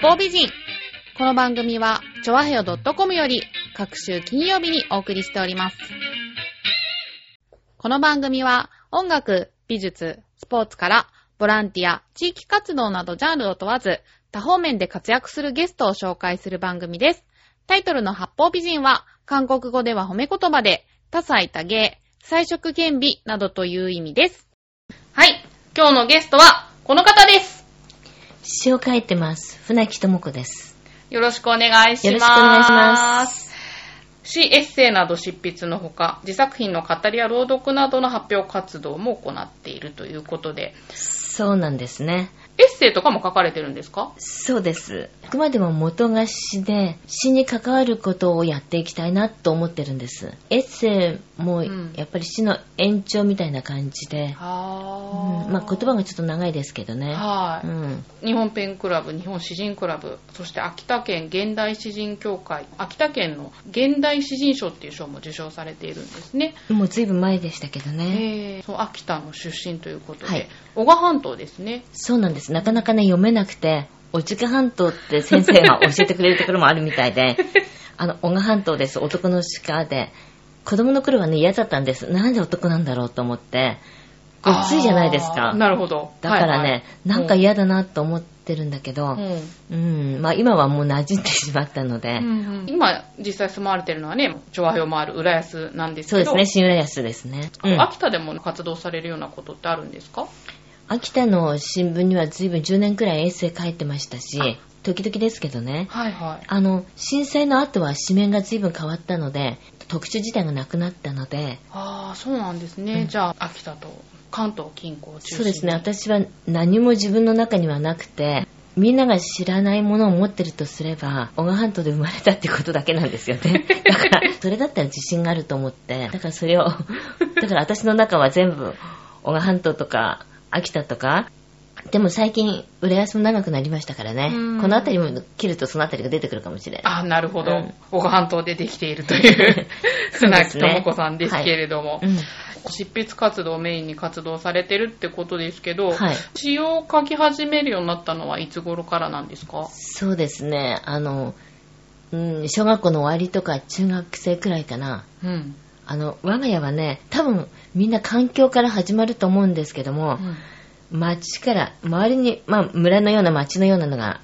方美人。この番組はちょわへよ .com より各週金曜日にお送りしております。この番組は音楽、美術、スポーツからボランティア、地域活動などジャンルを問わず多方面で活躍するゲストを紹介する番組です。タイトルの八方美人は韓国語では褒め言葉で多彩多芸、彩色兼備などという意味です。はい、今日のゲストはこの方です。 詩を書いてます。船木智子です。 よろしくお願いします。 よろしくお願いします。 詩、エッセイなど執筆のほか、自作品の語りや朗読などの発表活動も行っているということで。 そうなんですね。 エッセイとかも書かれてるんですか？ そうです。あくまでも元が詩で、詩に関わることをやっていきたいなと思ってるんです。エッセイもやっぱり詩の延長みたいな感じで、まあ言葉がちょっと長いですけどね。 はい。日本ペンクラブ、日本詩人クラブ、そして秋田県現代詩人協会、秋田県の現代詩人賞っていう賞も受賞されているんですね。 もう随分前でしたけどね。 そう、秋田の出身ということで、はい、男鹿半島ですね。 そうなんです。なかなかね読めなくて、男鹿半島って先生が教えてくれるところもあるみたいで男鹿半島です。男の鹿で、子供の頃はね嫌だったんです。なんで男なんだろうと思って、ごっついじゃないですか。 なるほど。 だからね、はいはい、なんか嫌だなと思ってるんだけど、まあ今はもう馴染んでしまったので、 今実際住まわれてるのはね、調和表もある浦安なんですけど。 そうですね、新浦安ですね。 秋田でも活動されるようなことってあるんですか？ 秋田の新聞には随分10年くらいエッセイ書いてましたし、時々ですけどね、 はいはい、 震災の後は紙面が随分変わったので、特集自体がなくなったので。 そうなんですね。じゃあ秋田と関東近郊を中心に。 そうですね、私は何も自分の中にはなくて、みんなが知らないものを持ってるとすれば男鹿半島で生まれたってことだけなんですよね。だからそれだったら自信があると思って、だからそれをだから私の中は全部男鹿半島とか秋田とか。でも最近浦安も長くなりましたからね、この辺りも切るとその辺りが出てくるかもしれない。 なるほど。男鹿半島でできているという船木智子さんですけれども、執筆活動をメインに活動されてるってことですけど、詩を書き始めるようになったのはいつ頃からなんですか？ そうですね、小学校の終わりとか中学生くらいかな。我が家はね、多分みんな環境から始まると思うんですけども、町から周りに、村のような町のようなのが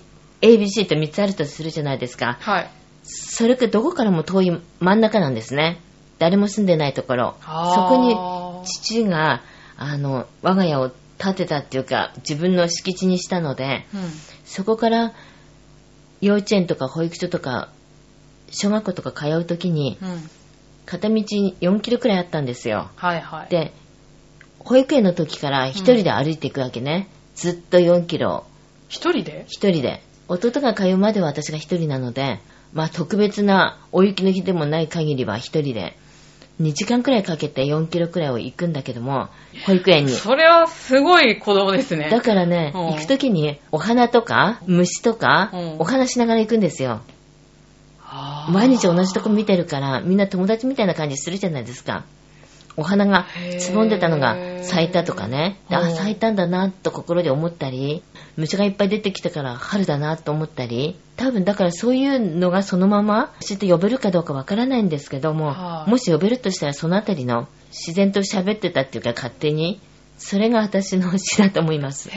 ABC と3つあるとするじゃないですか。 はい。 それがどこからも遠い真ん中なんですね。誰も住んでないところ。そこに父が我が家を建てたっていうか自分の敷地にしたので、そこから幼稚園とか保育所とか小学校とか通うときに、片道4キロくらいあったんですよ。 はいはい。 で保育園の時から一人で歩いていくわけね。ずっと4キロ。 一人で？ 一人で。弟が通うまでは私が一人なので、特別な大雪の日でもない限りは一人で2時間くらいかけて4キロくらいを行くんだけども、保育園に。 それはすごい子供ですね。 だからね、行く時にお花とか虫とか、お話しながら行くんですよ。毎日同じとこ見てるからみんな友達みたいな感じするじゃないですか。お花がつぼんでたのが咲いたとかね、咲いたんだなと心で思ったり、虫がいっぱい出てきたから春だなと思ったり、多分だからそういうのがそのまま詩って呼べるかどうかわからないんですけども、もし呼べるとしたらそのあたりの自然と喋ってたっていうか勝手に、それが私の詩だと思います。 以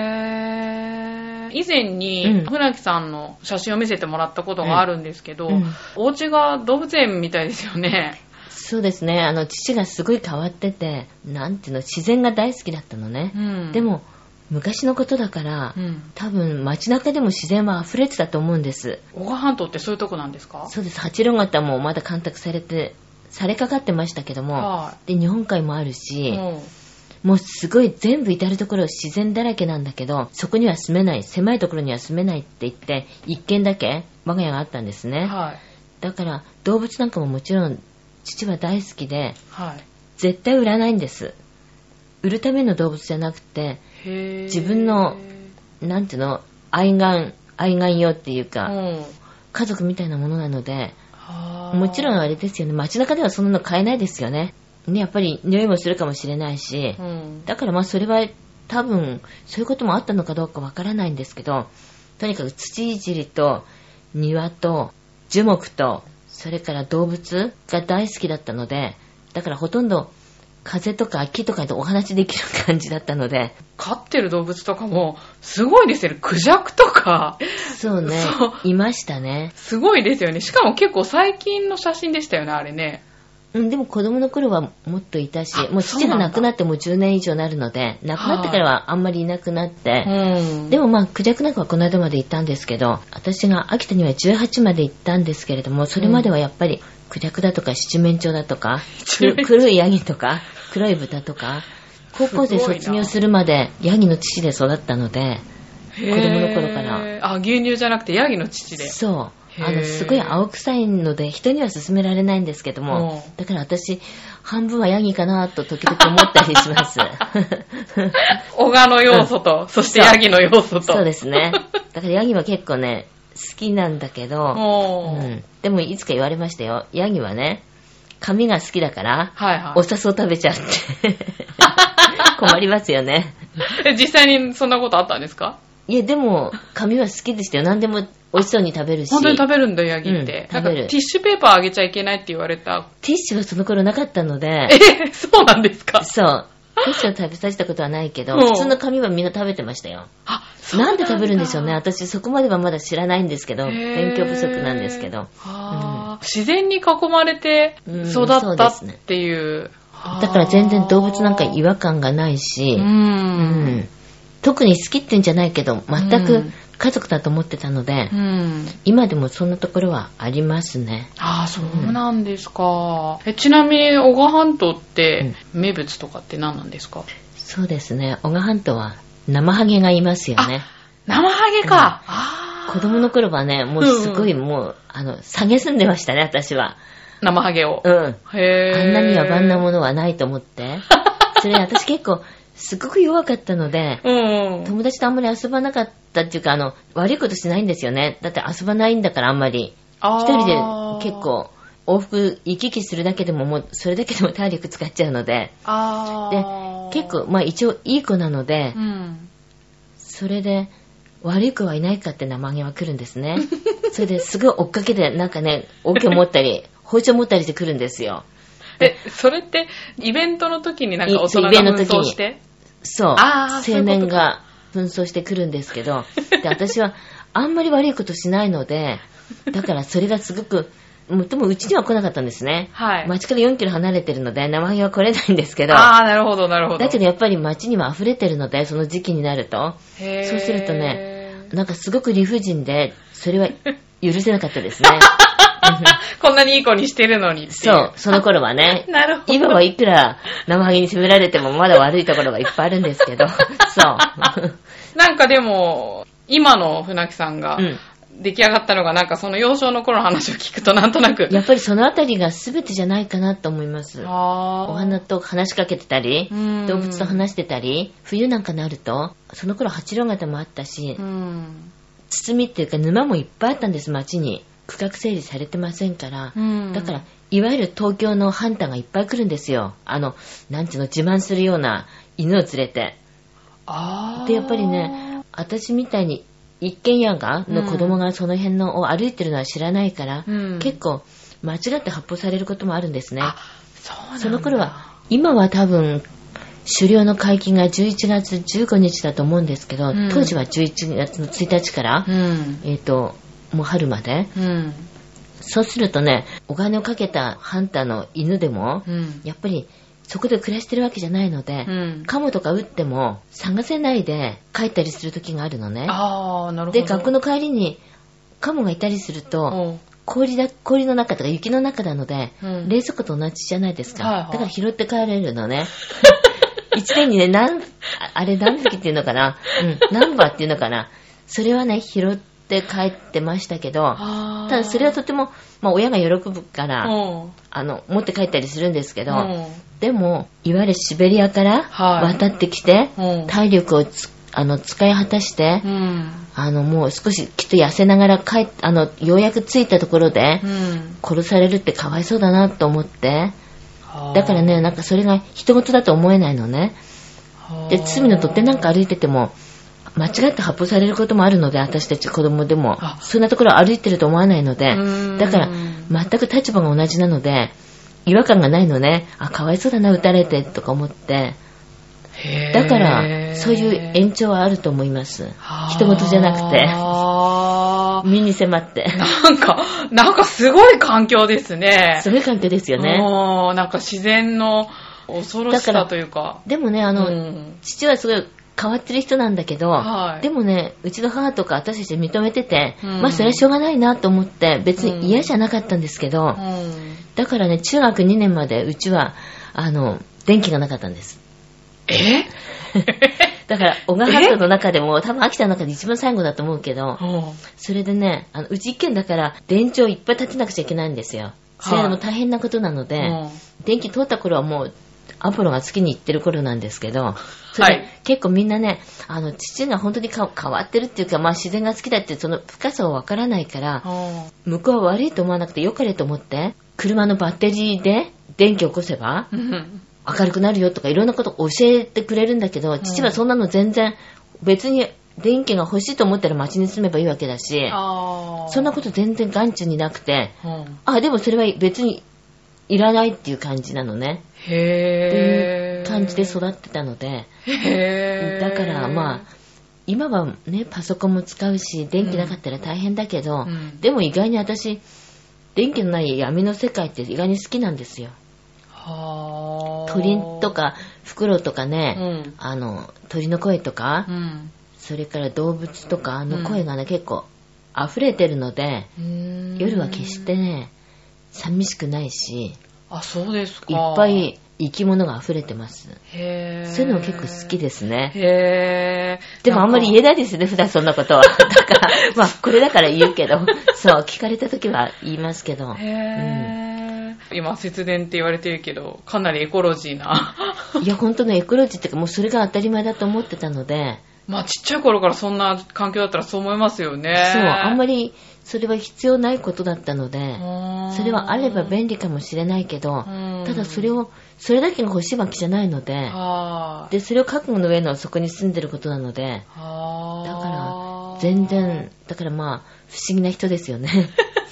前に船木さんの写真を見せてもらったことがあるんですけど、お家が動物園みたいですよね。 そうですね、父がすごい変わってて、なんていうの、自然が大好きだったのね。でも昔のことだから、多分街中でも自然は溢れてたと思うんです。 男鹿半島ってそういうとこなんですか？ そうです。八郎潟もまだ干拓されかかってましたけども、で日本海もあるし、もうすごい全部至るところ自然だらけなんだけど、そこには住めない、狭いところには住めないって言って一軒だけ我が家があったんですね。だから動物なんかももちろん父は大好きで、絶対売らないんです。売るための動物じゃなくて、自分のなんていうの、愛玩用っていうか、家族みたいなものなので、もちろんあれですよね、街中ではそんなの買えないですよね。やっぱり匂いもするかもしれないし、だからそれは多分そういうこともあったのかどうかわからないんですけど、 とにかく土いじりと庭と樹木とそれから動物が大好きだったので、だからほとんど風とか木とかとお話できる感じだったので。 飼ってる動物とかもすごいですよね。クジャクとか。 そうね。いましたね。 すごいですよね。しかも結構最近の写真でしたよね、あれね。 でも子供の頃はもっといたし、もう父が亡くなっても10年以上になるので、亡くなってからはあんまりいなくなって、でもまあクジャクなんかはこの間まで行ったんですけど、私が秋田には18まで行ったんですけれども、それまではやっぱりクジャクだとか七面鳥だとか、黒いヤギとか黒い豚とか、高校生卒業するまでヤギの乳で育ったので、子供の頃から。 牛乳じゃなくてヤギの乳で。 そう。すごい青臭いので人には勧められないんですけども、だから私半分はヤギかなと時々思ったりします。 小鹿の要素と、そしてヤギの要素と。 そうですね。だからヤギは結構ね好きなんだけど、でもいつか言われましたよ。ヤギはね髪が好きだから、お笹を食べちゃって困りますよね。 実際にそんなことあったんですか？ いやでも髪は好きでしたよ。何でも美味しそうに食べるし。 本当に食べるんだ、ヤギって。なんかティッシュペーパーあげちゃいけないって言われた。 ティッシュはその頃なかったので。 そうなんですか？ そう。ティッシュを食べさせたことはないけど、普通の紙はみんな食べてましたよ。なんで食べるんでしょうね。私そこまではまだ知らないんですけど、勉強不足なんですけど。 自然に囲まれて育ったっていう。 だから全然動物なんか違和感がないし、特に好きってんじゃないけど、全く家族だと思ってたので、今でもそんなところはありますね。 そうなんですか。ちなみに小鹿半島って名物とかって何なんですか？ そうですね。小鹿半島は生ハゲがいますよね。 生ハゲか。 子供の頃はね、もうすごいもう、蔑んでましたね、私は。 生ハゲを。 あんなに野蛮なものはないと思って。それ私結構、すごく弱かったので、友達とあんまり遊ばなかったっていうか、悪いことしないんですよね。だって遊ばないんだからあんまり。一人で結構、往復行き来するだけでももう、それだけでも体力使っちゃうので。で、結構、まあ一応いい子なので、それで、悪い子はいないかって生ハゲは来るんですね。それですごい追っかけて、なんかね、桶持ったり、包丁持ったりして来るんですよ。 それってイベントの時になんか大人が紛争して？ そう。青年が紛争してくるんですけど、で私はあんまり悪いことしないので、だからそれがすごく、でもうちには来なかったんですね。町から4キロ離れてるので生ハゲは来れないんですけど。 なるほどなるほど。 だけどやっぱり町には溢れてるので、その時期になると、そうするとね、なんかすごく理不尽で、それは許せなかったですね。 こんなにいい子にしてるのにっていう。 そう、その頃はね。 なるほど。 今はいくら生ハゲに責められてもまだ悪いところがいっぱいあるんですけど。そう。 なんかでも、今の船木さんが出来上がったのが、なんかその幼少の頃の話を聞くとなんとなく。 やっぱりそのあたりが全てじゃないかなと思います。お花と話しかけてたり、動物と話してたり、冬なんかなると、その頃八郎潟もあったし、包みっていうか沼もいっぱいあったんです、町に。区画整理されてませんから、だからいわゆる東京のハンターがいっぱい来るんですよ。なんていうの、自慢するような犬を連れて。でやっぱりね、私みたいに一軒家の子供がその辺のを歩いてるのは知らないから、結構間違って発砲されることもあるんですね。その頃は、今は多分狩猟の解禁が11月15日だと思うんですけど、当時は11月の1日から、もう春まで、そうするとね、お金をかけたハンターの犬でも、やっぱりそこで暮らしてるわけじゃないので、カモとか撃っても探せないで帰ったりする時があるのね。 なるほど。 で、学校の帰りにカモがいたりすると、氷の中とか雪の中なので、冷蔵庫と同じじゃないですか。だから拾って帰れるのね。一年にね、何匹っていうのかな、何羽っていうのかな、それはね、拾って帰ってましたけど、ただそれはとても、親が喜ぶから、持って帰ったりするんですけど、でも、いわゆるシベリアから渡ってきて、体力を使い果たして、もう少しきっと痩せながらようやく着いたところで、殺されるってかわいそうだなと思って、だからね、なんかそれが人事だと思えないのね。で、罪の取っ手なんか歩いてても、 間違って発砲されることもあるので、私たち子供でもそんなところを歩いてると思わないので、だから全く立場が同じなので違和感がないのね。かわいそうだな撃たれてとか思って、だからそういう延長はあると思います。人事じゃなくて身に迫ってなんかすごい環境ですね。 すごい環境ですよね。 なんか自然の恐ろしさというか。 でもね、父はすごい変わってる人なんだけど、でもね、うちの母とか私たち認めてて、それはしょうがないなと思って別に嫌じゃなかったんですけど、だからね、中学2年までうちは電気がなかったんです。だから小川ハットの中でも多分秋田の中で一番最後だと思うけど、それでね、うち一軒だから電柱をいっぱい立てなくちゃいけないんですよ。それでも大変なことなので、電気通った頃はもうアポロが月に行ってる頃なんですけど、それで結構みんなね、父が本当に変わってるっていうか、自然が好きだってその深さをわからないから、向こうは悪いと思わなくて良かれと思って、車のバッテリーで電気を起こせば明るくなるよとかいろんなことを教えてくれるんだけど、父はそんなの全然別に電気が欲しいと思ったら町に住めばいいわけだし、そんなこと全然眼中になくて、でもそれは別にいらないっていう感じなのね。っていう感じで育ってたので、だから今はね、パソコンも使うし電気なかったら大変だけど、でも意外に私電気のない闇の世界って意外に好きなんですよ。鳥とかフクロウとかね、鳥の声とか、それから動物とか声がね、結構溢れてるので、夜は決してね寂しくないし、 そうですか。 いっぱい生き物が溢れてます。そういうのも結構好きですね。でもあんまり言えないですよね、普段そんなことは。だからこれだから言うけど、そう聞かれた時は言いますけど。 今節電って言われてるけど、かなりエコロジーな。 いや本当ね、エコロジーっていうかもうそれが当たり前だと思ってたので。 ちっちゃい頃からそんな環境だったらそう思いますよね。 そう、あんまりそれは必要ないことだったので、それはあれば便利かもしれないけど、ただそれだけが欲しいわけじゃないので、でそれを覚悟の上のそこに住んでることなので、だから全然、だから不思議な人ですよね。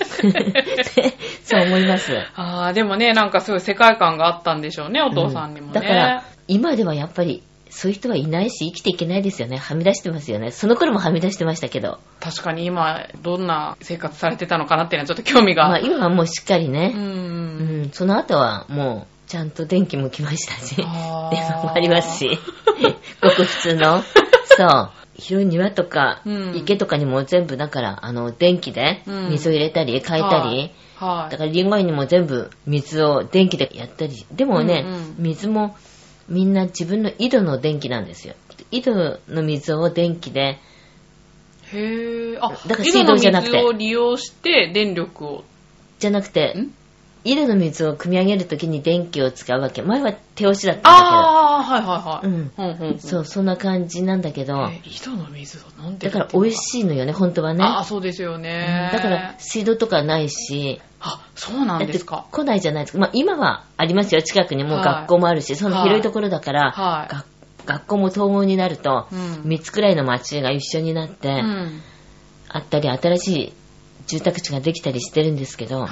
そう思います。 でもね、なんかすごい世界観があったんでしょうね、お父さんにもね。 だから今ではやっぱりそういう人はいないし生きていけないですよね。はみ出してますよね。その頃もはみ出してましたけど。 確かに今どんな生活されてたのかなっていうのはちょっと興味が。 今はもうしっかりね。その後はもうちゃんと電気も来ましたし、電話もありますし、ごく普通のそう広い庭とか、池とかにも全部だから電気で水を入れたり変えたり、だからリンゴ園にも全部水を電気でやったり。でもね、水もみんな自分の井戸の電気なんですよ。井戸の水を電気で。だから水道じゃなくて。 井戸の水を利用して電力を。 じゃなくて、井戸の水を汲み上げるときに電気を使うわけ。前は手押しだったんだけど。そう、そんな感じなんだけど。 井戸の水を飲んでる。 だから美味しいのよね、本当はね。 そうですよね。 だから水道とかないし。 そうなんですか。 来ないじゃないですか。今はありますよ、近くにもう学校もあるし、その広いところだから、学校も統合になると、3つくらいの町が一緒になって、あったり、新しい住宅地ができたりしてるんですけど、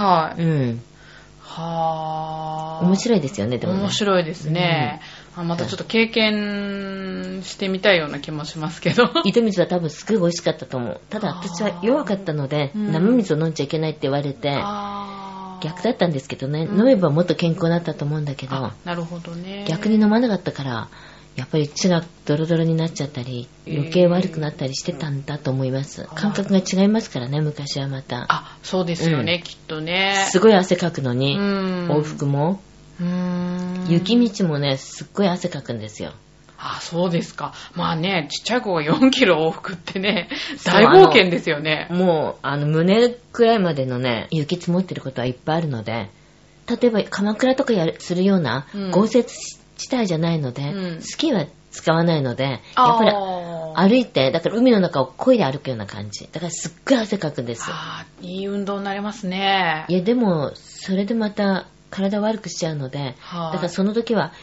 面白いですよね、でもね。 面白いですね。またちょっと経験してみたいような気もしますけど。 井戸水は多分すごい美味しかったと思う。ただ私は弱かったので、生水を飲んじゃいけないって言われて、逆だったんですけどね、飲めばもっと健康になったと思うんだけど、 なるほどね。 逆に飲まなかったから、やっぱり血がドロドロになっちゃったり、余計悪くなったりしてたんだと思います。感覚が違いますからね、昔はまた。 そうですよね、きっとね。 すごい汗かくのに、往復も。雪道もね、すっごい汗かくんですよ。 そうですか。ちっちゃい子が4キロ往復ってね、大冒険ですよね。 もう、胸くらいまでのね、雪積もってることはいっぱいあるので、例えば鎌倉とかするような豪雪地帯じゃないので、スキーは使わないので、やっぱり歩いて、だから海の中を漕いで歩くような感じ。だからすっごい汗かくんです。 いい運動になりますね。 いや、でも、それでまた体悪くしちゃうので、だからその時は、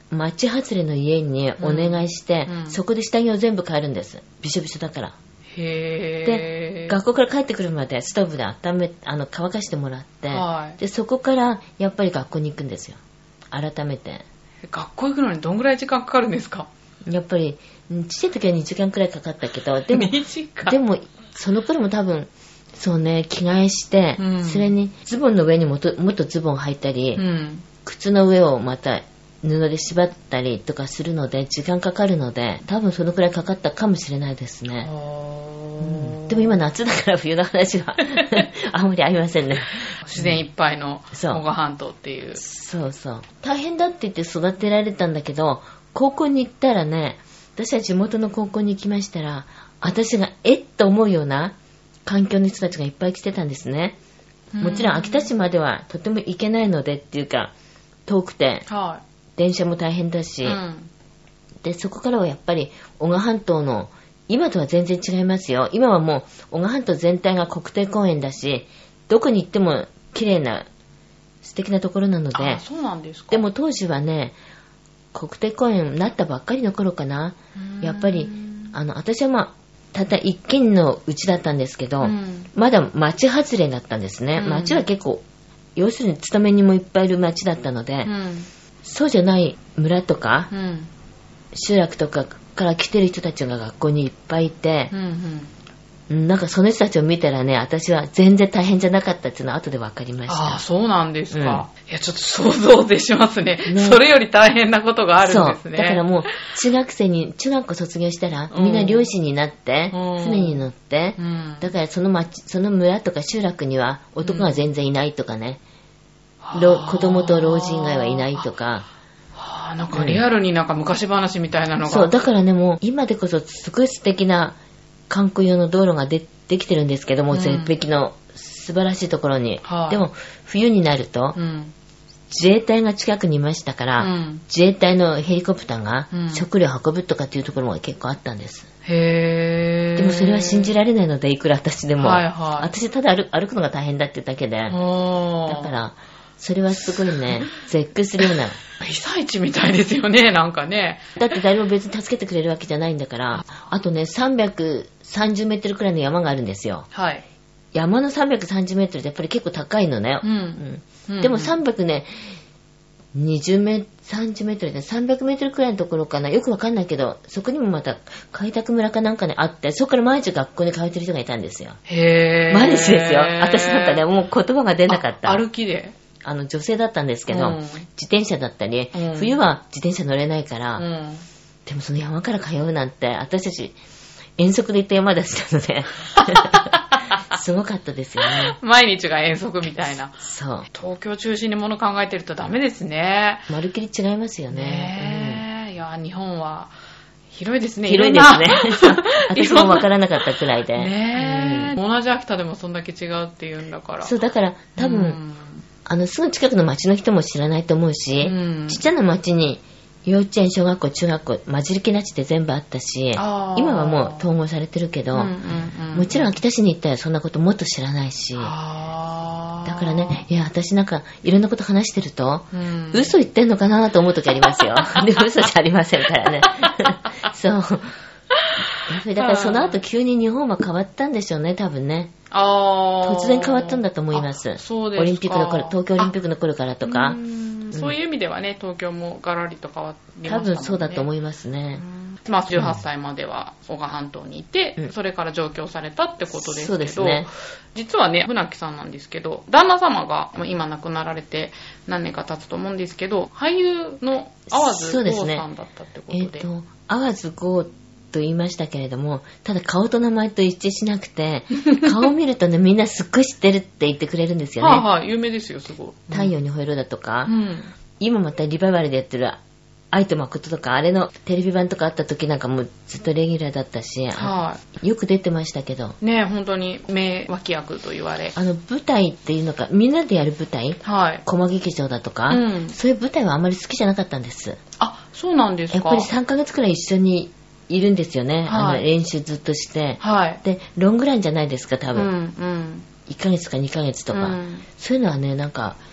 町外れの家にお願いして、そこで下着を全部変えるんです。びしょびしょだから。で、学校から帰ってくるまでストーブで乾かしてもらって、で、そこからやっぱり学校に行くんですよ。改めて。 学校行くのにどんぐらい時間かかるんですか？ やっぱり、ちっちゃい時は2時間くらいかかったけど、でも、その頃も多分、そうね、着替えして、それにズボンの上にもっとズボン履いたり、靴の上をまた布で縛ったりとかするので時間かかるので、多分そのくらいかかったかもしれないですね。でも今夏だから冬の話はあんまりありませんね。 自然いっぱいの男鹿半島っていう。 そう大変だって言って育てられたんだけど、高校に行ったらね、私は地元の高校に行きましたら、私がと思うような環境の人たちがいっぱい来てたんですね。もちろん秋田市まではとても行けないのでっていうか遠くて、電車も大変だし、でそこからはやっぱり男鹿半島の今とは全然違いますよ。今はもう男鹿半島全体が国定公園だし、どこに行っても綺麗な素敵なところなので。 そうなんですか。 でも当時はね、国定公園になったばっかりの頃かな。やっぱり私はたった一軒のうちだったんですけど、まだ町外れだったんですね。町は結構要するに勤め人もいっぱいいる町だったので、そうじゃない村とか、集落とかから来てる人たちが学校にいっぱいいて、なんかその人たちを見たらね、私は全然大変じゃなかったっていうのは後で分かりました。 そうなんですか。いや、ちょっと想像でしますね。それより大変なことがあるんですね。 だからもう中学校卒業したら、みんな漁師になって、船に乗って、だからその村とか集落には男が全然いないとかね、子供と老人以外はいないとか。 なんかリアルになんか昔話みたいなのが。 そう、だからね、もう今でこそすごい素敵な観光用の道路ができてるんですけども、絶壁の素晴らしいところに。でも冬になると、自衛隊が近くにいましたから、自衛隊のヘリコプターが食料運ぶとかっていうところも結構あったんです。でもそれは信じられないので、いくら私でも。私ただ歩くのが大変だってだけで。だからそれはすごいね、絶句するような。 被災地みたいですよね、なんかね。 だって誰も別に助けてくれるわけじゃないんだから。あとね、330メートルくらいの山があるんですよ。山の330メートルってやっぱり結構高いのね。でも300ね、30メートルで300メートルくらいのところかな。よくわかんないけど、そこにもまた開拓村かなんかねあって、そこから毎日学校に通ってる人がいたんですよ。毎日ですよ。私なんかね、もう言葉が出なかった。 歩きで。 女性だったんですけど、自転車だったり、冬は自転車乗れないから、でもその山から通うなんて、私たち遠足で行った山だったので、すごかったですよね。 毎日が遠足みたいな。 そう。 東京中心にもの考えてるとダメですね。 まるっきり違いますよね。 いや、日本は広いですね。 広いですね。私もわからなかったくらいで。 同じ秋田でもそんだけ違うっていうんだから。 そう、だから多分、すぐ近くの町の人も知らないと思うし、ちっちゃな町に幼稚園、小学校、中学校、混じり気なしで全部あったし、今はもう統合されてるけど、もちろん秋田市に行ったらそんなこともっと知らないし、だからね、いや、私なんかいろんなこと話してると、嘘言ってんのかなと思う時ありますよ。でも嘘じゃありませんからね。そう。だからその後急に日本は変わったんでしょうね、多分ね。突然変わったんだと思います。 そうですか。 オリンピックの頃、東京オリンピックの頃からとか。 そういう意味ではね、東京もガラリと変わりましたもんね。 多分そうだと思いますね。 18歳までは男鹿半島にいて、それから上京されたってことですけど、そうですね、実はね、船木さんなんですけど、旦那様が今亡くなられて何年か経つと思うんですけど、俳優の淡津剛さんだったってことで。 淡津剛と言いましたけれども、ただ顔と名前と一致しなくて、顔を見るとね、みんなすっごい知ってるって言ってくれるんですよね。 有名ですよ、すごい。 太陽に吠えろだとか、今またリバイバルでやってる愛と誠とか、あれのテレビ版とかあった時なんかもずっとレギュラーだったし、よく出てましたけどね、本当に名脇役と言われ、 舞台っていうのか、みんなでやる舞台、コマ劇場だとか、そういう舞台はあんまり好きじゃなかったんです。 そうなんですか。 やっぱり3ヶ月くらい一緒にいるんですよね、練習ずっとして、でロングランじゃないですか多分、1ヶ月か2ヶ月とか、そういうのはね、なんか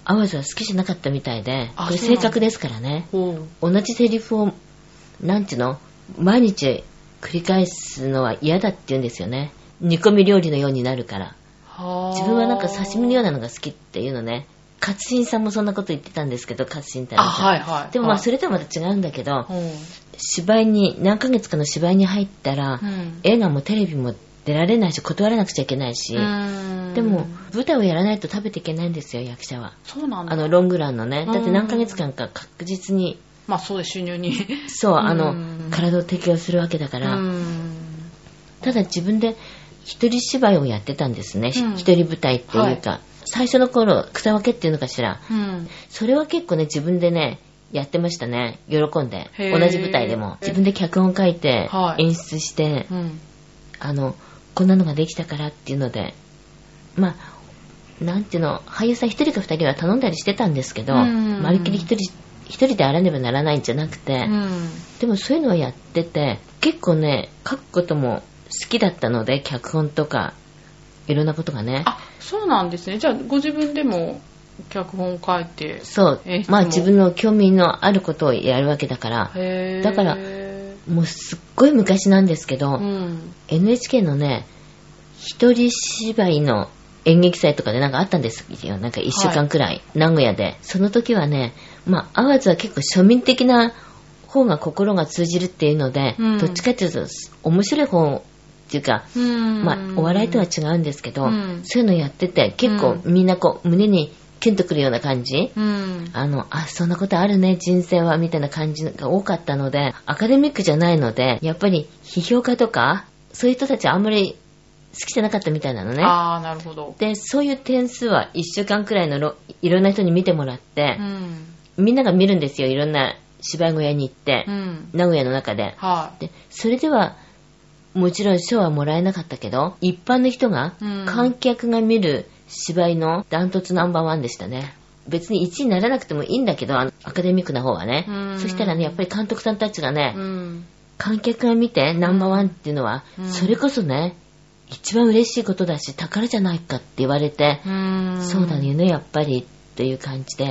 淡路は好きじゃなかったみたいで、これ性格ですからね。同じセリフを、なんていうの、毎日繰り返すのは嫌だって言うんですよね。煮込み料理のようになるから。自分はなんか刺身のようなのが好きっていうのね。勝新さんもそんなこと言ってたんですけど、勝新太郎さん。でもまあそれとはまた違うんだけど、芝居に、何ヶ月かの芝居に入ったら、映画もテレビも出られないし、断らなくちゃいけないし、でも舞台をやらないと食べていけないんですよ、役者は。 そうなんだ。 ロングランのね。だって何ヶ月間か確実に、 まあそうで収入に。 そう、体を適応するわけだから。ただ自分で一人芝居をやってたんですね。一人舞台っていうか。最初の頃、草分けっていうのかしら。それは結構ね、自分でね、やってましたね。喜んで。同じ舞台でも。自分で脚本書いて、演出して、こんなのができたからっていうので、まあ、なんていうの、俳優さん一人か二人は頼んだりしてたんですけど、まるっきり一人であらねばならないんじゃなくて、でもそういうのをやってて、結構ね、書くことも好きだったので、脚本とか、いろんなことがね。 あ、そうなんですね。じゃあ、ご自分でも脚本書いて。 そう。まあ自分の興味のあることをやるわけだから。だから、もうすっごい昔なんですけど、NHK のね、一人芝居の演劇祭とかでなんかあったんですよ。なんか1週間くらい、名古屋で。その時はね、まあ、淡路は結構庶民的な方が心が通じるっていうので、どっちかっていうと、面白い方っていうか、まあ、お笑いとは違うんですけど、そういうのやってて、結構みんなこう、胸にキュンとくるような感じ、そんなことあるね、人生は、みたいな感じが多かったので、アカデミックじゃないので、やっぱり批評家とか、そういう人たちはあんまり好きじゃなかったみたいなのね。 なるほど。 で、そういう点数は1週間くらいのいろんな人に見てもらって、みんなが見るんですよ、いろんな芝居小屋に行って、名古屋の中で。で、それでは、もちろん賞はもらえなかったけど、一般の人が、観客が見る芝居のダントツナンバーワンでしたね。別に1位にならなくてもいいんだけど、アカデミックな方はね。そしたらね、やっぱり監督さんたちがね、観客が見てナンバーワンっていうのは、それこそね、一番嬉しいことだし、宝じゃないかって言われて、そうだよね、やっぱりっていう感じ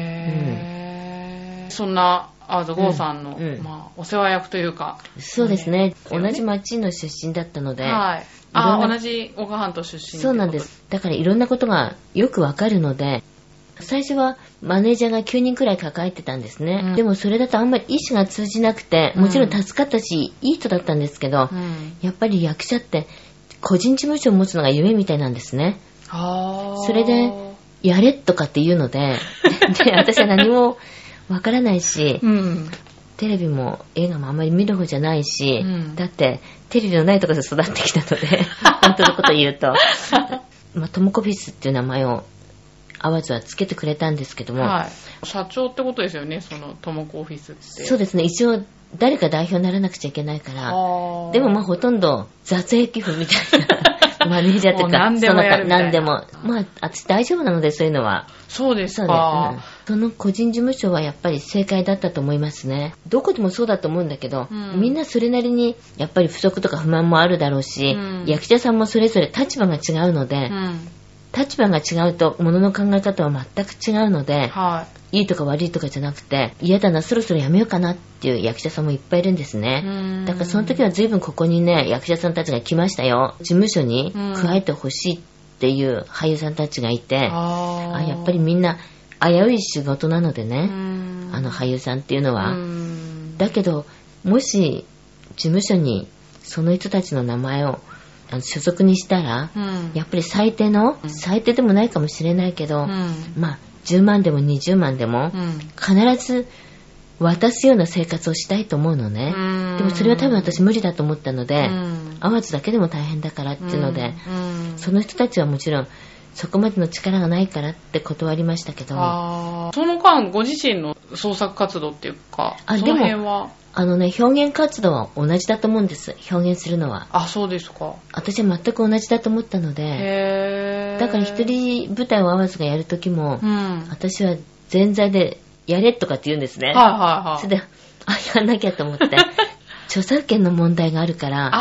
で。 そんな、淡路剛さんの、まあ、お世話役というか。 そうですね。同じ町の出身だったので。 同じ男鹿半島出身。 そうなんです。だからいろんなことがよくわかるので、最初はマネージャーが9人くらい抱えてたんですね。でもそれだとあんまり意思が通じなくて、もちろん助かったし、いい人だったんですけど、やっぱり役者って個人事務所を持つのが夢みたいなんですね。それで、やれとかって言うので、で、私は何もわからないし、テレビも映画もあんまり見る方じゃないし、だってテレビのないところで育ってきたので、本当のこと言うと、まあ、トモコフィスっていう名前を淡路はつけてくれたんですけども、 社長ってことですよね、そのトモコオフィスって。 そうですね、一応誰か代表にならなくちゃいけないから、でもまあほとんど雑役婦みたいなマネージャーとか、 何でもやるみたいな。 何でも。まあ、私大丈夫なので、そういうのは。 そうですか。 その個人事務所はやっぱり正解だったと思いますね。どこでもそうだと思うんだけど、みんなそれなりにやっぱり不足とか不満もあるだろうし、役者さんもそれぞれ立場が違うので、立場が違うと物の考え方は全く違うので、いいとか悪いとかじゃなくて、嫌だな、そろそろやめようかなっていう役者さんもいっぱいいるんですね。だからその時は随分ここにね、役者さんたちが来ましたよ。事務所に加えてほしいっていう俳優さんたちがいて、やっぱりみんな危うい仕事なのでね、俳優さんっていうのは。だけど、もし事務所にその人たちの名前を所属にしたら、やっぱり最低でもないかもしれないけど、まあ10万でも20万でも、必ず渡すような生活をしたいと思うのね。でもそれは多分私無理だと思ったので、淡路だけでも大変だからっていうので、その人たちはもちろんそこまでの力がないからって断りましたけど、 その間ご自身の創作活動っていうか、その辺は表現活動は同じだと思うんです。表現するのは。 そうですか。 私は全く同じだと思ったので、だから一人舞台を淡路がやるときも、私は前座でやれとかって言うんですね。それで、やんなきゃと思って。著作権の問題があるから、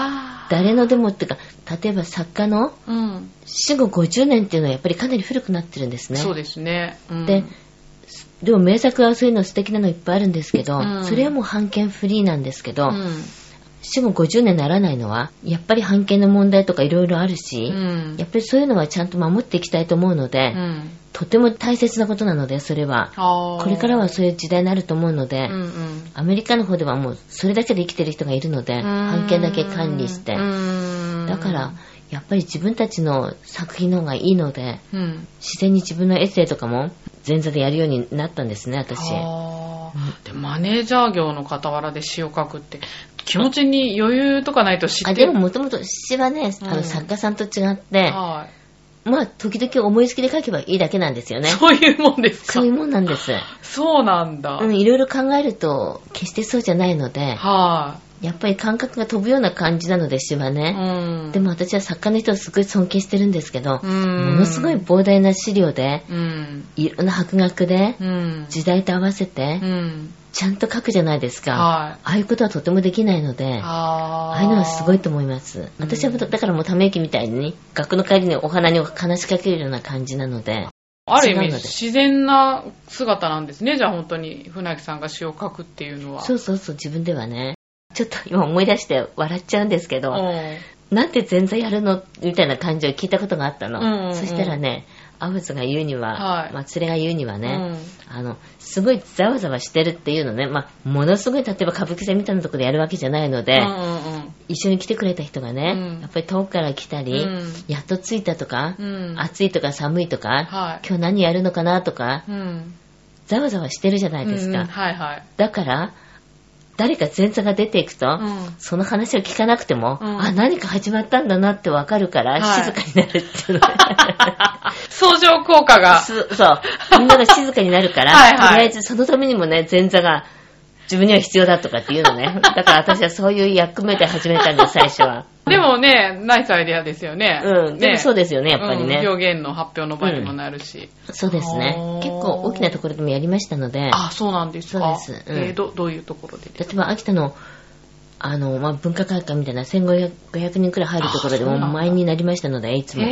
誰のでもっていうか、例えば作家の死後50年っていうのはやっぱりかなり古くなってるんですね。 そうですね。 でも名作はそういうの素敵なのいっぱいあるんですけど、それはもう版権フリーなんですけど、死後50年にならないのはやっぱり版権の問題とかいろいろあるし、やっぱりそういうのはちゃんと守っていきたいと思うので、とても大切なことなので、それはこれからはそういう時代になると思うので、アメリカの方ではもうそれだけで生きてる人がいるので、版権だけ管理して、だからやっぱり自分たちの作品の方がいいので、自然に自分のエッセイとかも前座でやるようになったんですね、私。 でマネージャー業の傍らで詩を書くって気持ちに余裕とかないと知ってる。 でももともと詩はね、作家さんと違って、まあ時々思いつきで書けばいいだけなんですよね。 そういうもんですか？ そういうもんなんです。 そうなんだ。 いろいろ考えると決してそうじゃないので、やっぱり感覚が飛ぶような感じなので、詩はね。でも私は作家の人をすごい尊敬してるんですけど、ものすごい膨大な資料で、いろんな博学で、時代と合わせて、ちゃんと書くじゃないですか。ああいうことはとてもできないので、ああいうのはすごいと思います。私はだからもうため息みたいに、学の帰りにお花に話しかけるような感じなので、 ある意味自然な姿なんですね。じゃあ本当に船木さんが詩を書くっていうのは。 そうそうそう、自分ではね。ちょっと今思い出して笑っちゃうんですけど、なんで前座やるのみたいな感じを聞いたことがあったの。そしたらね、アフズが言うには、連れが言うにはね、すごいざわざわしてるっていうのね、ものすごい例えば歌舞伎座みたいなところでやるわけじゃないので、一緒に来てくれた人がね、やっぱり遠くから来たり、やっと着いたとか、暑いとか寒いとか、今日何やるのかなとか、ざわざわしてるじゃないですか。だから誰か前座が出ていくと、その話を聞かなくても、何か始まったんだなってわかるから、静かになるっていうの相乗効果が。 そう。みんなが静かになるから、とりあえずそのためにもね、前座が自分には必要だとかっていうのね。だから私はそういう役目で始めたんです、最初は。 でもね、ナイスアイデアですよね。 でもそうですよね、やっぱりね。 表現の発表の場にもなるし。 そうですね。結構大きなところでもやりましたので。 そうなんですか。 そうです。 どういうところで？ 例えば秋田の、文化会館みたいな1500人くらい入るところでも満員になりましたので、いつも。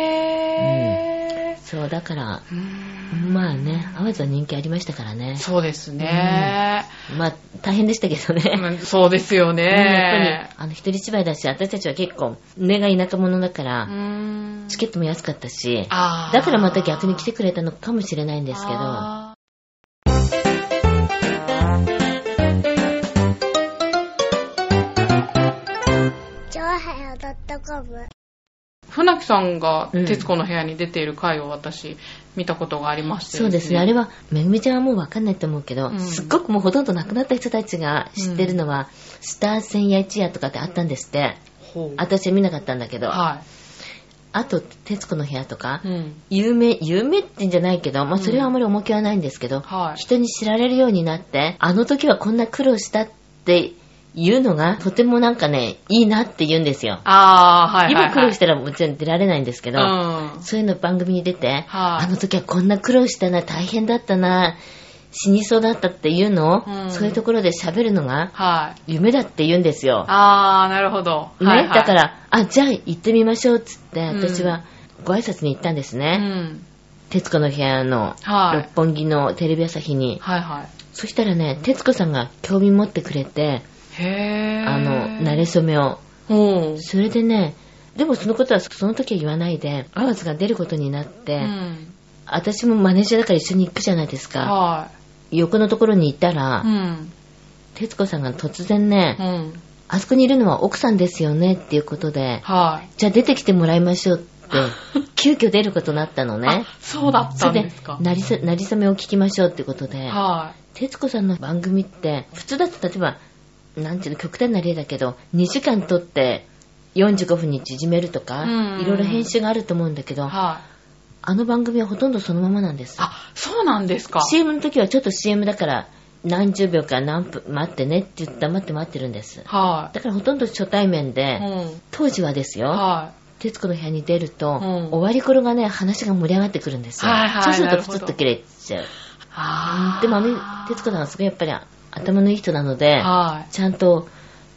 そう、だから、まあね、淡路は人気ありましたからね。 そうですね。 大変でしたけどね。 そうですよね。 やっぱり、一人芝居だし、私たちは結構、根が田舎者だから、チケットも安かったし、だからまた逆に来てくれたのかもしれないんですけど。船木さんが徹子の部屋に出ている回を私見たことがありまして、 そうですね。あれはめぐみちゃんはもう分かんないと思うけど、すっごくもうほとんど亡くなった人たちが知ってるのは、スター千夜一夜とかってあったんですって。私は見なかったんだけど、あと徹子の部屋とか、有名って言うんじゃないけど、それはあまり重きはないんですけど、人に知られるようになって、あの時はこんな苦労したって言うのがとてもなんかね、いいなって言うんですよ。今苦労したらもちろん出られないんですけど、そういうの番組に出て、あの時はこんな苦労したな、大変だったな、死にそうだったっていうのを、そういうところで喋るのが夢だって言うんですよ。 なるほど。 ね、だからじゃあ行ってみましょうっつって私はご挨拶に行ったんですね。徹子の部屋の六本木のテレビ朝日に。そしたらね、徹子さんが興味持ってくれて、馴れ初めを。それでね、でもそのことはその時は言わないで、淡路が出ることになって、私もマネージャーだから一緒に行くじゃないですか。横のところにいたら、徹子さんが突然ね、あそこにいるのは奥さんですよねっていうことで、じゃあ出てきてもらいましょうって急遽出ることになったのね。 そうだったんですか。 それでなりそめを聞きましょうってことで、徹子さんの番組って普通だと例えばなんていうの、極端な例だけど2時間撮って45分に縮めるとか、いろいろ編集があると思うんだけど、あの番組はほとんどそのままなんです。 そうなんですか。 CM の時はちょっと CM だから何十秒か何分待ってねって言って黙って待ってるんです。だからほとんど初対面で、当時はですよ、徹子の部屋に出ると、終わり頃がね、話が盛り上がってくるんですよ。そうするとプツッと切れちゃう。でも徹子さんはすごいやっぱり頭のいい人なので、ちゃんと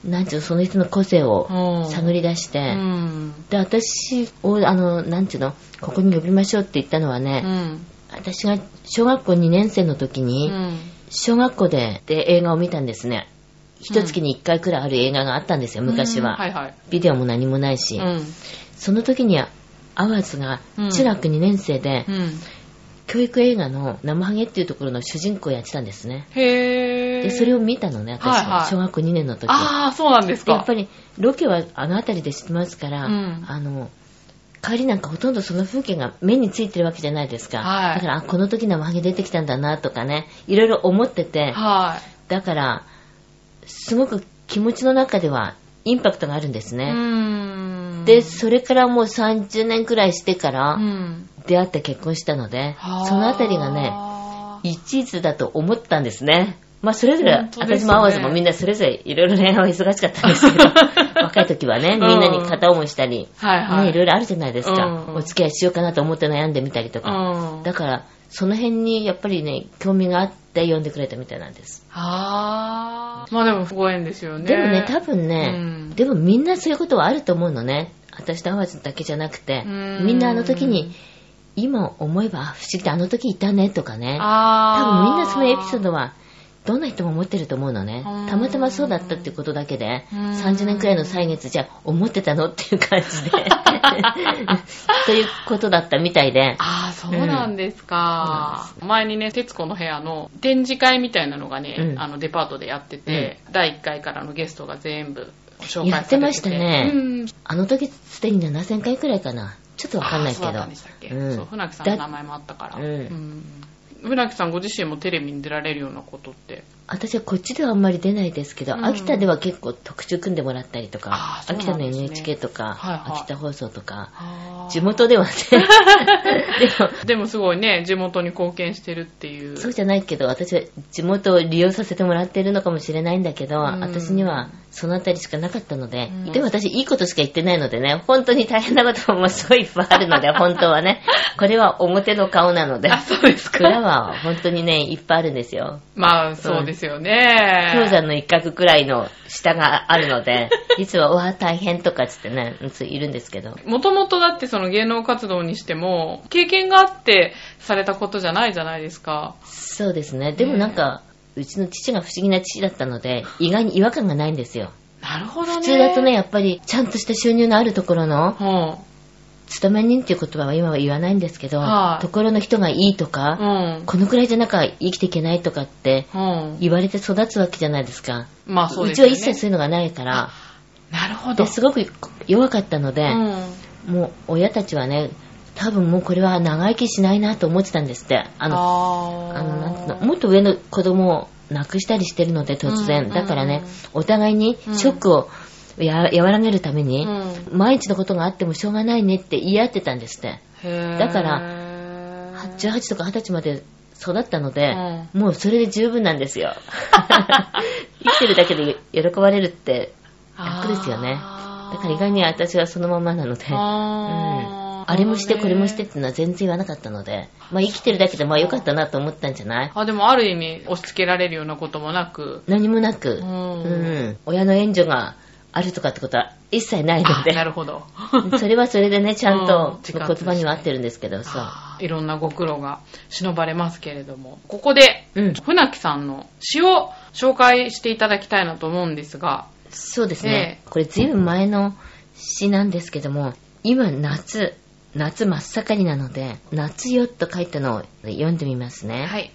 なんていうの、その人の個性を探り出して、で、私を、なんていうの、ここに呼びましょうって言ったのはね、私が小学校2年生の時に、小学校で映画を見たんですね。一月に1回くらいある映画があったんですよ、昔は。ビデオも何もないし。その時にアワーズが中学2年生で、教育映画の生ハゲっていうところの主人公をやってたんですね。で、それを見たのね、私は。小学校2年の時。 ああ、そうなんですか。 やっぱり、ロケはあの辺りで知ってますから、帰りなんかほとんどその風景が目についてるわけじゃないですか。だから、この時生ハゲ出てきたんだなとかね、いろいろ思ってて、だから、すごく気持ちの中ではインパクトがあるんですね。で、それからもう30年くらいしてから、出会って結婚したので、そのあたりがね、一途だと思ったんですね。まあそれぞれ、私もアワーズもみんなそれぞれいろいろ恋愛は忙しかったんですけど、若い時はね、みんなに片思いしたり、ね、いろいろあるじゃないですか。お付き合いしようかなと思って悩んでみたりとか。だから、その辺にやっぱりね、興味があって呼んでくれたみたいなんです。 まあでもご縁ですよね。 でもね、多分ね、でもみんなそういうことはあると思うのね。私とアワーズだけじゃなくて、みんなあの時に、今思えば不思議であの時いたねとかね。多分みんなそのエピソードはどんな人も持ってると思うのね。たまたまそうだったっていうことだけで、30年くらいの歳月じゃ思ってたのっていう感じで。ということだったみたいで。 そうなんですか。前にね、徹子の部屋の展示会みたいなのがね、デパートでやってて、第1回からのゲストが全部紹介されてて。 やってましたね。あの時すでに7000回くらいかな。ちょっとわかんないけど。 そうなんでしたっけ。そう、船木さんの名前もあったから。船木さんご自身もテレビに出られるようなことって？ 私はこっちではあんまり出ないですけど、秋田では結構特集組んでもらったりとか、秋田の NHK とか、秋田放送とか、地元ではねでもすごいね、地元に貢献してるっていう。 そうじゃないけど、私は地元を利用させてもらってるのかもしれないんだけど、私にはそのあたりしかなかったので、でも私いいことしか言ってないのでね、本当に大変なこともすごいいっぱいあるので、本当はね、これは表の顔なので、 そうですか。 裏は本当にね、いっぱいあるんですよ。 まあそうですよね。 氷山の一角くらいの下があるので、実は大変とかつってね、いるんですけど。 もともとだってその芸能活動にしても、経験があってされたことじゃないじゃないですか。 そうですね。でもなんか、うちの父が不思議な父だったので、意外に違和感がないんですよ。 なるほどね。 普通だとね、やっぱりちゃんとした収入のあるところの、勤め人っていう言葉は今は言わないんですけど、ところの人がいいとか、このくらいじゃなきゃ生きていけないとかって言われて育つわけじゃないですか。 まあそうですよね。 うちは一切そういうのがないから、 なるほど。 ですごく弱かったので、もう親たちはね、多分もうこれは長生きしないなと思ってたんですって。もっと上の子供を亡くしたりしてるので突然。だからね、お互いにショックを和らげるために、毎日のことがあってもしょうがないねって言い合ってたんですって。だから、18とか20歳まで育ったので、もうそれで十分なんですよ。生きてるだけで喜ばれるって楽ですよね。だから意外に私はそのままなので、あれもしてこれもしてっていうのは全然言わなかったので、まあ生きてるだけでまあ良かったなと思ったんじゃない？ でもある意味押し付けられるようなこともなく。 何もなく、親の援助があるとかってことは一切ないので。 なるほど。 それはそれでね、ちゃんと言葉には合ってるんですけどさ。 いろんなご苦労が忍ばれますけれども、ここで、船木さんの詩を紹介していただきたいなと思うんですが。 そうですね。これずいぶん前の詩なんですけども、今夏真っ盛りなので、夏よと書いたのを読んでみますね。 はい。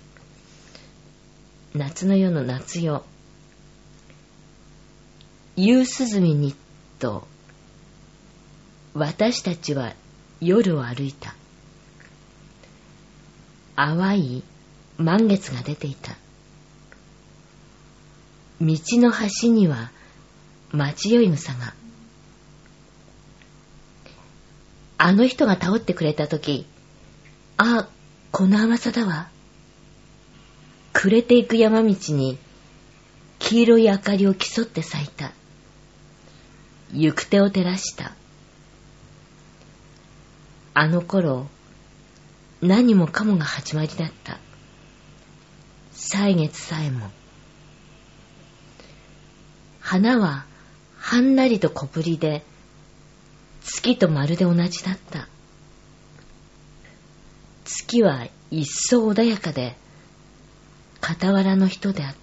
夏の夜の夏よ。夕涼みにと、私たちは夜を歩いた。淡い満月が出ていた。道の端には待ち酔い草が。あの人が倒ってくれたとき、あ、この甘さだわ。暮れていく山道に黄色い明かりを競って咲いた。行く手を照らした。あの頃、何もかもが始まりだった。歳月さえも。花ははんなりと小ぶりで、月とまるで同じだった。月は一層穏やかで、傍らの人であった。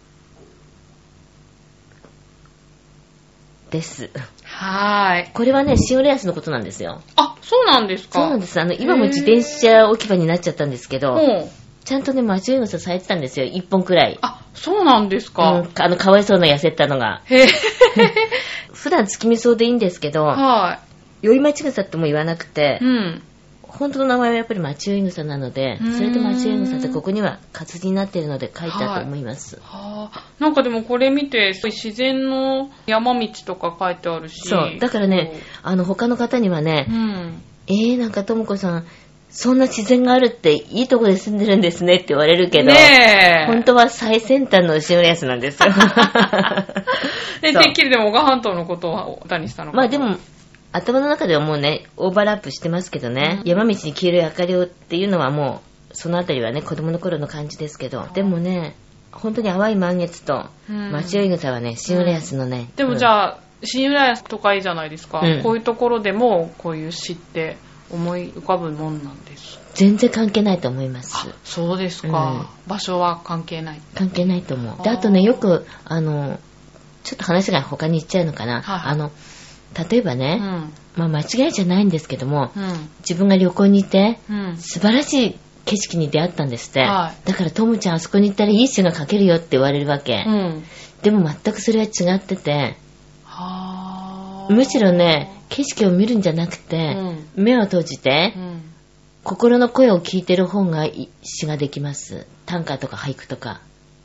です。 はい。 これはね、シオレアスのことなんですよ。 あ、そうなんですか？ そうなんです。今も自転車置き場になっちゃったんですけど、ちゃんとね、間違い傘されてたんですよ。1本くらい。 あ、そうなんですか？ かわいそうな痩せたのが。 へ普段月見草でいいんですけど、はい。酔い間違い傘っても言わなくて、本当の名前はやっぱり町酔草なので、それで町酔草ってここには活字になっているので書いてあると思います。 なんかでもこれ見て、自然の山道とか書いてあるし。 そう。だからね、他の方にはね、なんかともこさん、そんな自然があるっていいとこで住んでるんですねって言われるけど、本当は最先端のシオレアスなんですよ。 てっきりでも小川半島のことを歌にしたのか。 まあでも、頭の中ではもうね、オーバーラップしてますけどね、山道に黄色い明かりをっていうのはもう、そのあたりはね、子供の頃の感じですけど、でもね、本当に淡い満月と、町酔草はね、シオレアスのね。 でもじゃあ、シオレアスとかいいじゃないですか。こういうところでも、こういう詩って思い浮かぶもんなんです。 全然関係ないと思います。 そうですか。場所は関係ない。 関係ないと思う。で、あとね、よく、ちょっと話が他に行っちゃうのかな。例えばね、間違いじゃないんですけども、自分が旅行に行って、素晴らしい景色に出会ったんですって。だからトムちゃんあそこに行ったらいい詩が書けるよって言われるわけ。でも全くそれは違ってて、むしろね、景色を見るんじゃなくて、目を閉じて、心の声を聞いてる方が詩ができます。短歌とか俳句とか。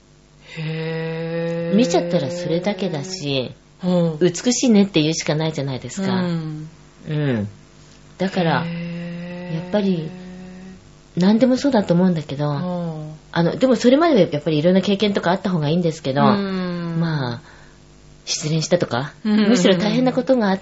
見ちゃったらそれだけだし、美しいねって言うしかないじゃないですか。だから、やっぱり、何でもそうだと思うんだけど、でもそれまではやっぱりいろんな経験とかあった方がいいんですけど、まあ、失恋したとか、むしろ大変なことがあって、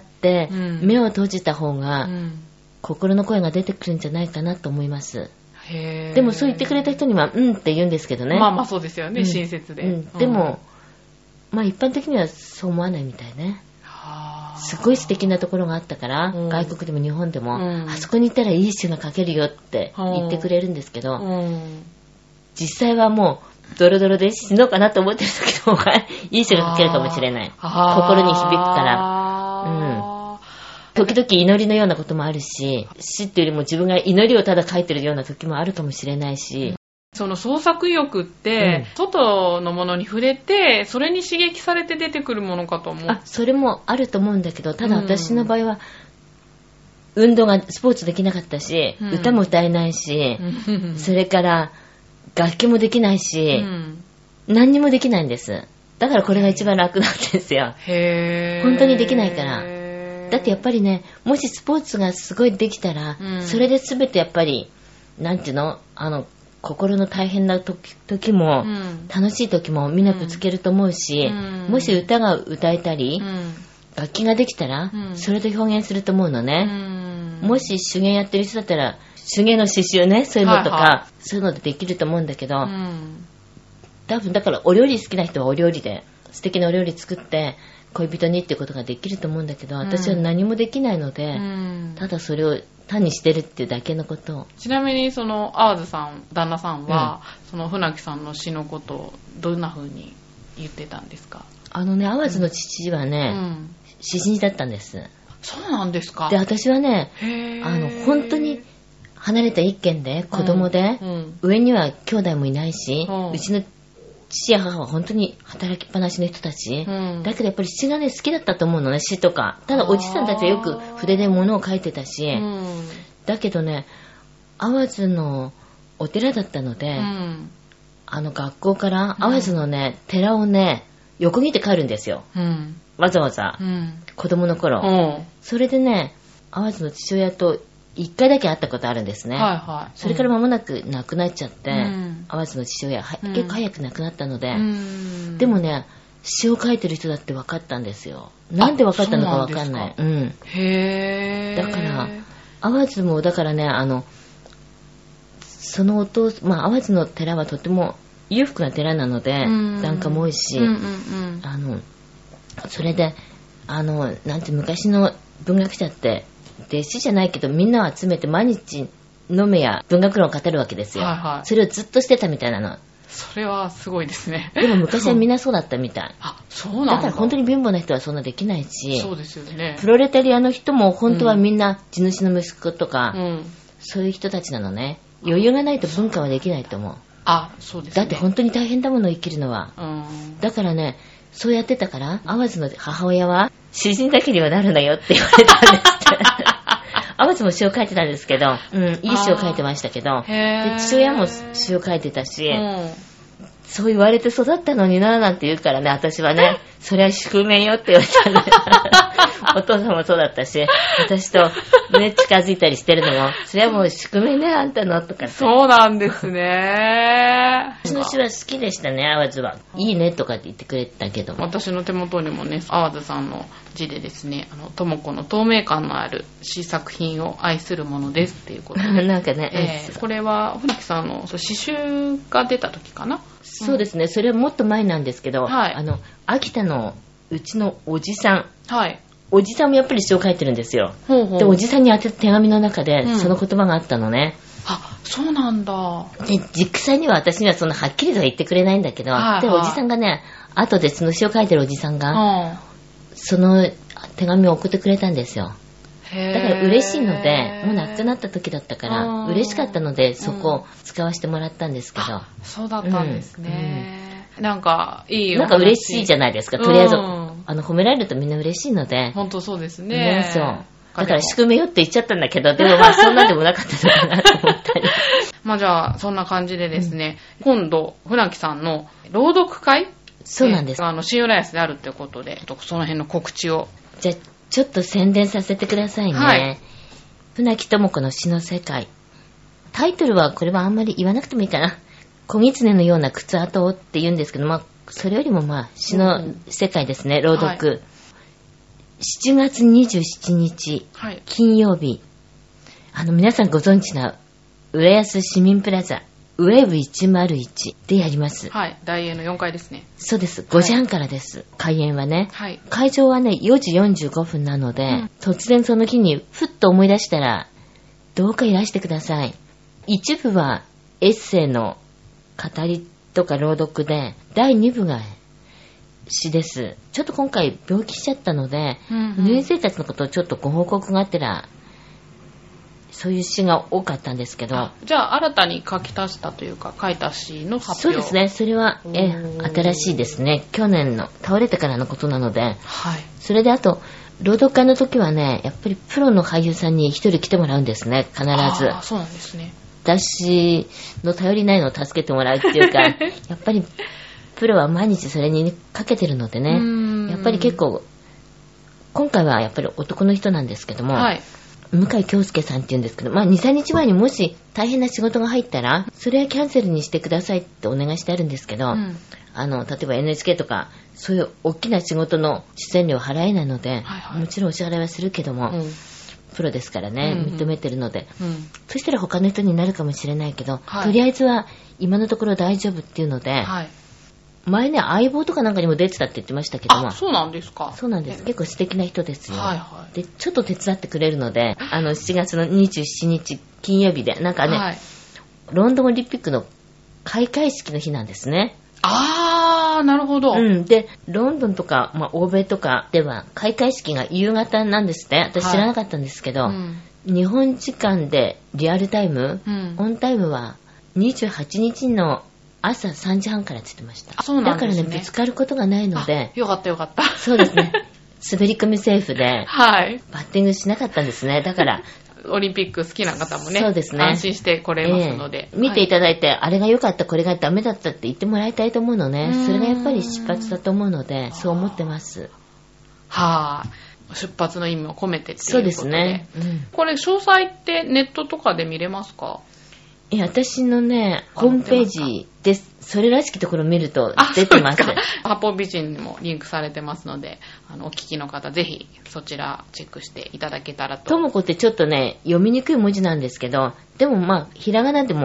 目を閉じた方が、心の声が出てくるんじゃないかなと思います。でもそう言ってくれた人には、って言うんですけどね。 まあまあそうですよね、親切で。 でも、まあ一般的にはそう思わないみたいね。すごい素敵なところがあったから、外国でも日本でも、あそこに行ったらいい詩が書けるよって言ってくれるんですけど、実際はもうドロドロで死のうかなと思ってる時の方がいい詩が書けるかもしれない。心に響くから。時々祈りのようなこともあるし、詩っていうよりも自分が祈りをただ書いてるような時もあるかもしれないし、 その創作意欲って、外のものに触れて、それに刺激されて出てくるものかと思う。 それもあると思うんだけど、ただ私の場合は、運動が、スポーツできなかったし、歌も歌えないし、それから楽器もできないし、何にもできないんです。だからこれが一番楽なんですよ。本当にできないから。だってやっぱりね、もしスポーツがすごいできたら、それで全てやっぱり、なんていうの、心の大変な時も、楽しい時もみんなぶつけると思うし、もし歌が歌えたり、楽器ができたら、それで表現すると思うのね。もし手芸やってる人だったら、手芸の刺繍ね、そういうのとか、そういうのでできると思うんだけど、多分だからお料理好きな人はお料理で、素敵なお料理作って、恋人にっていうことができると思うんだけど、私は何もできないので、ただそれを単にしてるっていうだけのことを。 ちなみにその淡津さん、旦那さんは、その船木さんの詩のことをどんな風に言ってたんですか？ 淡津の父はね、詩人だったんです。 そうなんですか？ で、私はね、本当に離れた一軒で子供で、上には兄弟もいないし、うちの父や母は本当に働きっぱなしの人たち、だけどやっぱり詩がね好きだったと思うのね、詩とか。ただおじさんたちはよく筆で物を書いてたし、だけどね、淡津のお寺だったので、学校から淡津のね、寺をね横切って帰るんですよ、わざわざ、子供の頃、それでね、淡津の父親と一回だけ会ったことあるんですね。それから間もなく亡くなっちゃって、淡津の父親結構早く亡くなったので、でもね、詩を書いてる人だって分かったんですよ。なんで分かったのか分かんない。へー。だから淡津もだからね、その淡津の寺はとても裕福な寺なので、檀家も多いし、 それで、なんて昔の文学者って、弟子じゃないけどみんなを集めて毎日飲めや文学論を語るわけですよ。はいはい、それをずっとしてたみたいなの。 それはすごいですね。 でも昔はみんなそうだったみたい。 あ、そうなんだ。 だから本当に貧乏な人はそんなできないし、 そうですよね。 プロレタリアの人も本当はみんな地主の息子とか、そういう人たちなのね。余裕がないと文化はできないと思う。 あ、そうですね。 だって本当に大変だもの生きるのは。だからね、そうやってたから、淡路の母親は詩人だけにはなるなよって言われたんです。淡路も詩を書いてたんですけど、いい詩を書いてましたけど、で父親も詩を書いてたし、そう言われて育ったのになぁなんて言うからね、私はね、それは宿命よって言われたんで、お父さんもそうだったし、私とね、近づいたりしてるのも、それはもう宿命ね、あんたのとか。 そうなんですね。 私の詩は好きでしたね、淡路は。いいねとかって言ってくれてたけども。 私の手元にもね、淡路さんの字でですね、智子の透明感のある詩作品を愛するものですっていうことで。 なんかね、 これは船木さんの詩集が出た時かな。 そうですね、それはもっと前なんですけど、はい、秋田のうちのおじさん、はい、おじさんもやっぱり詩を書いてるんですよ。ほうほう。で、おじさんに宛てた手紙の中で、その言葉があったのね。 あ、そうなんだ。 で、実際には私にはそんなはっきりとは言ってくれないんだけど、はいはい、で、おじさんがね、後でその詩を書いてるおじさんが、その手紙を送ってくれたんですよ。だから嬉しいので、もう亡くなった時だったから嬉しかったので、そこを使わせてもらったんですけど。 そうだったんですね。なんかいいよ。 なんか嬉しいじゃないですか。とりあえず褒められるとみんな嬉しいので。 本当そうですね。 そう。だから宿命よって言っちゃったんだけど、でもまあそんなでもなかったのかなと思ったり。 まあじゃあそんな感じでですね、今度船木さんの朗読会、 そうなんです。 新浦安であるということで、その辺の告知を。 じゃあちょっと宣伝させてくださいね。はい、船木智子の詩の世界。タイトルはこれはあんまり言わなくてもいいかな。小狐のような靴跡をって言うんですけど、まあそれよりもまあ詩の世界ですね、朗読。はい、7月27日、はい、金曜日、皆さんご存知な浦安市民プラザウェブ101でやります。 はい。大英の4階ですね。 そうです。5時半からです。はい、開演はね。はい。会場はね、4時45分なので、突然その日にふっと思い出したら、どうかいらしてください。一部はエッセイの語りとか朗読で、第2部が詩です。ちょっと今回病気しちゃったので、入院生活のことをちょっとご報告があってら、そういう詩が多かったんですけど。 じゃあ新たに書き足したというか書いた詩の発表。 そうですね。それは新しいですね。去年の倒れてからのことなので。はい。それであと朗読会の時はね、やっぱりプロの俳優さんに一人来てもらうんですね。必ず。 あ、そうなんですね。 私の頼りないのを助けてもらうっていうか、やっぱりプロは毎日それにかけてるのでね。やっぱり結構今回はやっぱり男の人なんですけども。はい。向井京介さんって言うんですけど、まあ 2,3 日前にもし大変な仕事が入ったら、それはキャンセルにしてくださいってお願いしてあるんですけど、例えば NHK とか、そういう大きな仕事の出演料は払えないので、はいはい、もちろんお支払いはするけども、プロですからね、認めてるので、そしたら他の人になるかもしれないけど、はい、とりあえずは今のところ大丈夫っていうので、はい、前ね、相棒とかなんかにも出てたって言ってましたけども。 あ、そうなんですか。 そうなんです。結構素敵な人ですよ。はいはい。で、ちょっと手伝ってくれるので、7月の27日金曜日で、なんかね、はい、ロンドンオリンピックの開会式の日なんですね。 あー、なるほど。 で、ロンドンとか、まあ、欧米とかでは、開会式が夕方なんですね。私知らなかったんですけど、日本時間でリアルタイム、オンタイムは28日の朝3時半からって言ってました。 そうなんですね。 だからね、ぶつかることがないので。 よかったよかった。 そうですね。滑り込みセーフで、 はい。 バッティングしなかったんですね。だから、 オリンピック好きな方もね、 そうですね。 安心して来れますので。 見ていただいて、あれが良かった、これがダメだったって言ってもらいたいと思うのね。それがやっぱり出発だと思うので、そう思ってます。 はぁ、出発の意味を込めてっていうことで。 そうですね。 これ、詳細ってネットとかで見れますか？ 私のね、ホームページです。それらしきところを見ると出てます。 八方美人にもリンクされてますので、お聞きの方ぜひそちらチェックしていただけたらと。 ともこってちょっとね、読みにくい文字なんですけど、でもまあ、ひらがなでも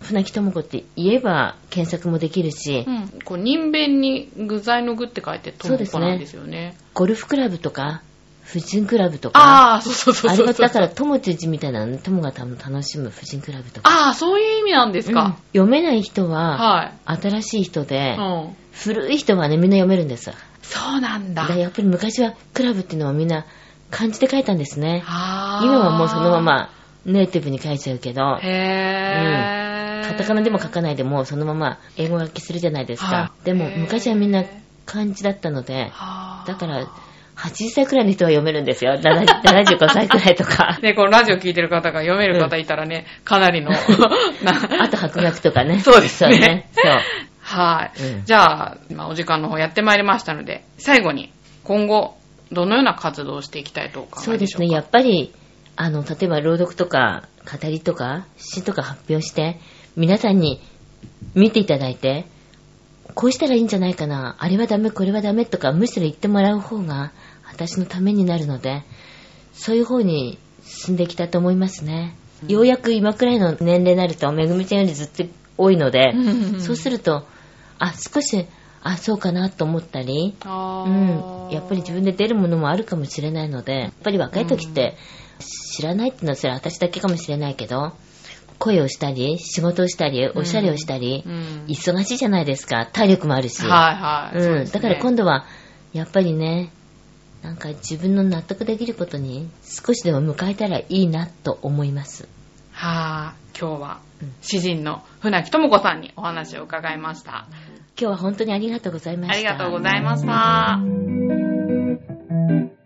船木智子って言えば検索もできるし、 こう人弁に具材の具って書いて智子なんですよね。 ゴルフクラブとか婦人クラブとか、 そうあれはだから友という字みたいなの、友が楽しむ婦人クラブとか。 そういう意味なんですか。 読めない人は、新しい人で、古い人はね、みんな読めるんです。 そうなんだ。 やっぱり昔はクラブっていうのはみんな漢字で書いたんですね。今はもうそのままネイティブに書いちゃうけど、カタカナでも書かないでもうそのまま英語書きするじゃないですか。でも昔はみんな漢字だったので、だから80歳くらいの人は読めるんですよ。75歳くらいとか。 ね、このラジオ聞いてる方が読める方いたらね、かなりの。 あと博学とかね。 そうですね。 そう。 はい。じゃあ、今お時間の方やってまいりましたので、最後に今後どのような活動をしていきたいとお考えでしょうか。 そうですね。やっぱり例えば朗読とか語りとか詩とか発表して皆さんに見ていただいて、こうしたらいいんじゃないかな、あれはダメこれはダメとかむしろ言ってもらう方が私のためになるので、そういう方に進んでいきたいと思いますね。ようやく今くらいの年齢になるとめぐみちゃんよりずっと多いので、そうすると少しそうかなと思ったり、やっぱり自分で出るものもあるかもしれないので、やっぱり若い時って知らないっていうのはそれは私だけかもしれないけど、声をしたり仕事をしたりおしゃれをしたり、忙しいじゃないですか。体力もあるし、だから今度はやっぱりね、なんか自分の納得できることに少しでも迎えたらいいなと思います。 今日は詩人の船木智子さんにお話を伺いました。 今日は本当にありがとうございました。 ありがとうございました。